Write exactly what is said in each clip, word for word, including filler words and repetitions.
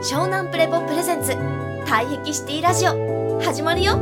湘南プレポプレゼンツ退癖シティラジオ始まるよ。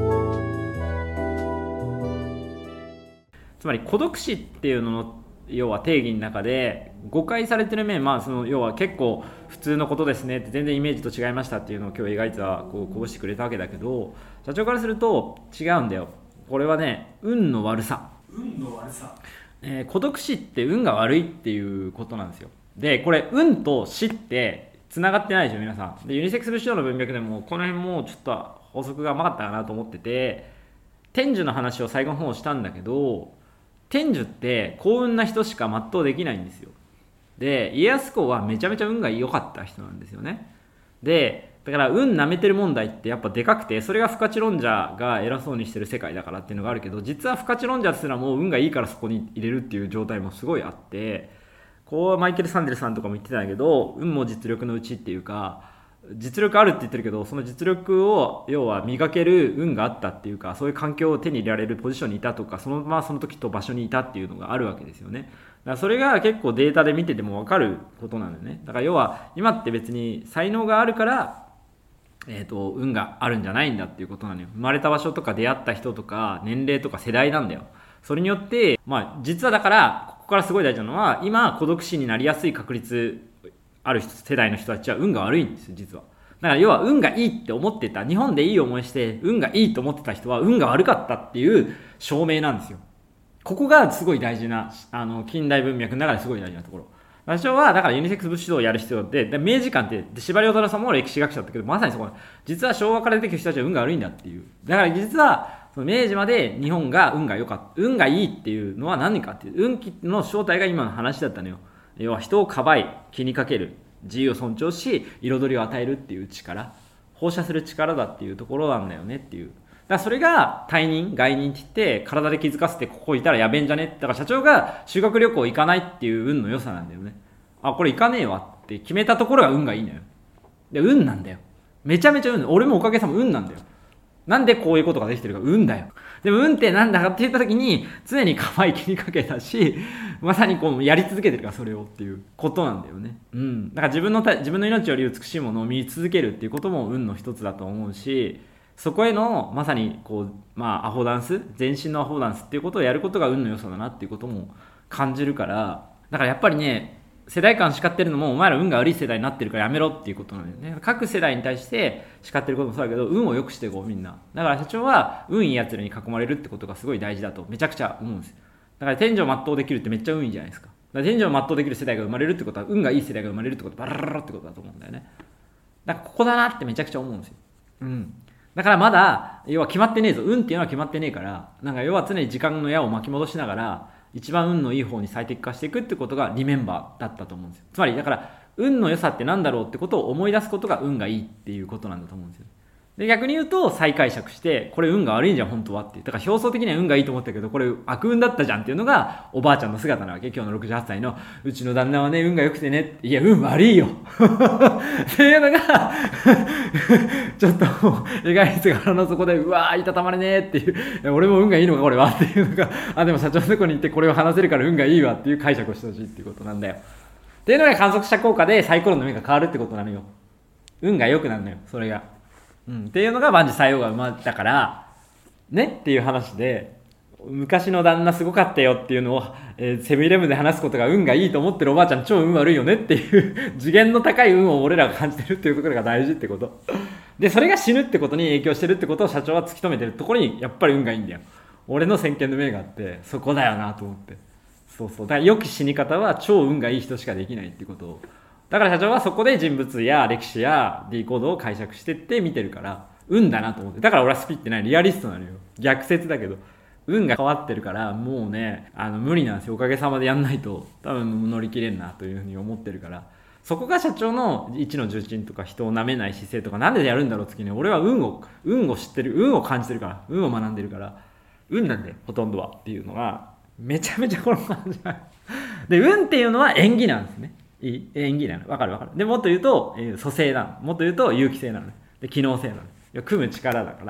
つまり孤独死っていうのの要は定義の中で誤解されてる面、まあその要は結構普通のことですねって全然イメージと違いましたっていうのを今日描いてはこうこうしてくれたわけだけど、社長からすると違うんだよ。これはね、運の悪さ。 運の悪さ、 えー、孤独死って運が悪いっていうことなんですよ。でこれ運と死ってつながってないでしょ皆さんで。ユニセックス物質の文脈でもこの辺もちょっと法則が甘かったかなと思ってて、天寿の話を最後の方したんだけど、天寿って幸運な人しか全うできないんですよ。で家康公はめちゃめちゃ運が良かった人なんですよね。でだから運舐めてる問題ってやっぱでかくて、それが不可知論者が偉そうにしてる世界だからっていうのがあるけど、実は不可知論者すらも運がいいからそこに入れるっていう状態もすごいあって、こうマイケル・サンデルさんとかも言ってたんだけど、運も実力のうちっていうか、実力あるって言ってるけど、その実力を要は磨ける運があったっていうか、そういう環境を手に入れられるポジションにいたとか、そのままその時と場所にいたっていうのがあるわけですよね。だからそれが結構データで見てても分かることなんだよね。だから要は今って別に才能があるからえーと、運があるんじゃないんだっていうことなのよ。生まれた場所とか出会った人とか年齢とか世代なんだよ。それによって、まあ実はだからここからすごい大事なのは、今孤独死になりやすい確率ある世代の人たちは運が悪いんですよ実は。だから要は運がいいって思ってた、日本でいい思いして運がいいと思ってた人は運が悪かったっていう証明なんですよ。ここがすごい大事な、あの近代文脈の中ですごい大事なところ。私はだからユニセックス物質をやる必要で、で明治観って司馬遼太郎さんも歴史学者だったけど、まさにそこ、実は昭和から出てきた人たちは運が悪いんだっていう。だから実はその明治まで日本が運が良かった、運がいいっていうのは何かっていう、運気の正体が今の話だったのよ。要は人をかばい、気にかける、自由を尊重し彩りを与えるっていう力、放射する力だっていうところなんだよねっていう。だからそれが退任外任って言って体で気づかせて、ここいたらやべえんじゃね。だから社長が修学旅行行かないっていう運の良さなんだよね。あ、これ行かねえわって決めたところが運がいいのよ。で運なんだよ、めちゃめちゃ運。俺もおかげさま運なんだよ。なんでこういうことができてるか、運だよ。でも運ってなんだかって言った時に常に可愛い気にかけたし、まさにこうやり続けてるからそれをっていうことなんだよね。うん。だから自分の自分の命より美しいものを見続けるっていうことも運の一つだと思うし、そこへのまさにこうまあアホダンス、全身のアホダンスっていうことをやることが運の良さだなっていうことも感じるから、だからやっぱりね、世代間叱ってるのもお前ら運が悪い世代になってるからやめろっていうことなんだよね。各世代に対して叱ってることもそうだけど、運を良くしていこうみんな。だから社長は運いいやつらに囲まれるってことがすごい大事だとめちゃくちゃ思うんですよ。だから天井を全うできるってめっちゃ運いいじゃないですか。だから天井を全うできる世代が生まれるってことは運がいい世代が生まれるってこと、バラララってことだと思うんだよね。だからここだなってめちゃくちゃ思うんですよ。うん。だからまだ要は決まってねえぞ、運っていうのは決まってねえから、なんか要は常に時間の矢を巻き戻しながら一番運のいい方に最適化していくってことがリメンバーだったと思うんですよ。つまりだから運の良さってなんだろうってことを思い出すことが運がいいっていうことなんだと思うんですよ。で逆に言うと再解釈して、これ運が悪いんじゃん本当はっていう。だから表層的には運がいいと思ったけどこれ悪運だったじゃんっていうのがおばあちゃんの姿なわけ。今日のろくじゅうはっさいのうちの旦那はね運が良くてねって、いや運悪いよっていうのがちょっと描いて腹の底でうわーいたたまれねーっていう、俺も運がいいのかこれはっていうのが、あでも社長のとこに行ってこれを話せるから運がいいわっていう解釈をしてほしいっていうことなんだよっていうのが観測した効果でサイコロの目が変わるってことなのよ。運が良くなるのよそれが。うん、っていうのが万事採用が生まれたからねっていう話で、昔の旦那すごかったよっていうのを、えー、セブンイレブンで話すことが運がいいと思ってるおばあちゃん超運悪いよねっていう次元の高い運を俺らが感じてるっていうところが大事ってことで、それが死ぬってことに影響してるってことを社長は突き止めてるところにやっぱり運がいいんだよ。俺の先見の明があってそこだよなと思って。そうそう、だから良き死に方は超運がいい人しかできないってことを、だから社長はそこで人物や歴史や D コードを解釈してって見てるから運だなと思って。だから俺はスピってないリアリストなのよ。逆説だけど運が変わってるからもうね、あの無理なんですよ。おかげさまでやんないと多分乗り切れんなというふうに思ってるから、そこが社長の一の重鎮とか人を舐めない姿勢とか、なんでやるんだろうってに俺は運を運を知ってる、運を感じてるから、運を学んでるから運なんだよほとんどはっていうのがめちゃめちゃこの感じで、運っていうのは縁起なんですね。いい縁起なの。わかるわかる。でもっと言うと、えー、蘇生なの。もっと言うと有機性なの。で機能性なの。組む力だから。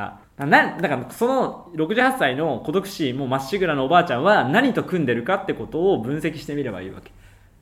なだからそのろくじゅうはっさいの孤独死もまっしぐらのおばあちゃんは何と組んでるかってことを分析してみればいいわけ。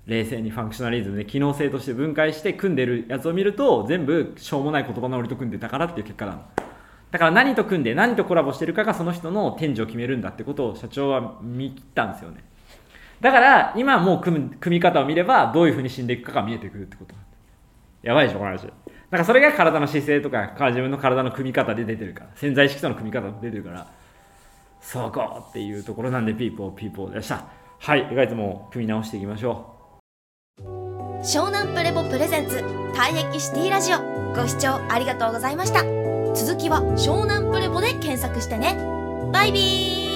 冷静にファンクショナリズムで機能性として分解して組んでるやつを見ると全部しょうもない言葉のりと組んでたからっていう結果なの。だから何と組んで何とコラボしてるかがその人の天寿を決めるんだってことを社長は見切ったんですよね。だから今もう組む組み方を見ればどういう風に死んでいくかが見えてくるってこと。やばいでしょこの話。だからそれが体の姿勢とか自分の体の組み方で出てるから、潜在意識との組み方で出てるから、そこっていうところなんでピーポーピーポーでした。はい、意外ともう組み直していきましょう。湘南プレボプレゼンツ退役シティラジオ、ご視聴ありがとうございました。続きは湘南プレボで検索してね。バイビー。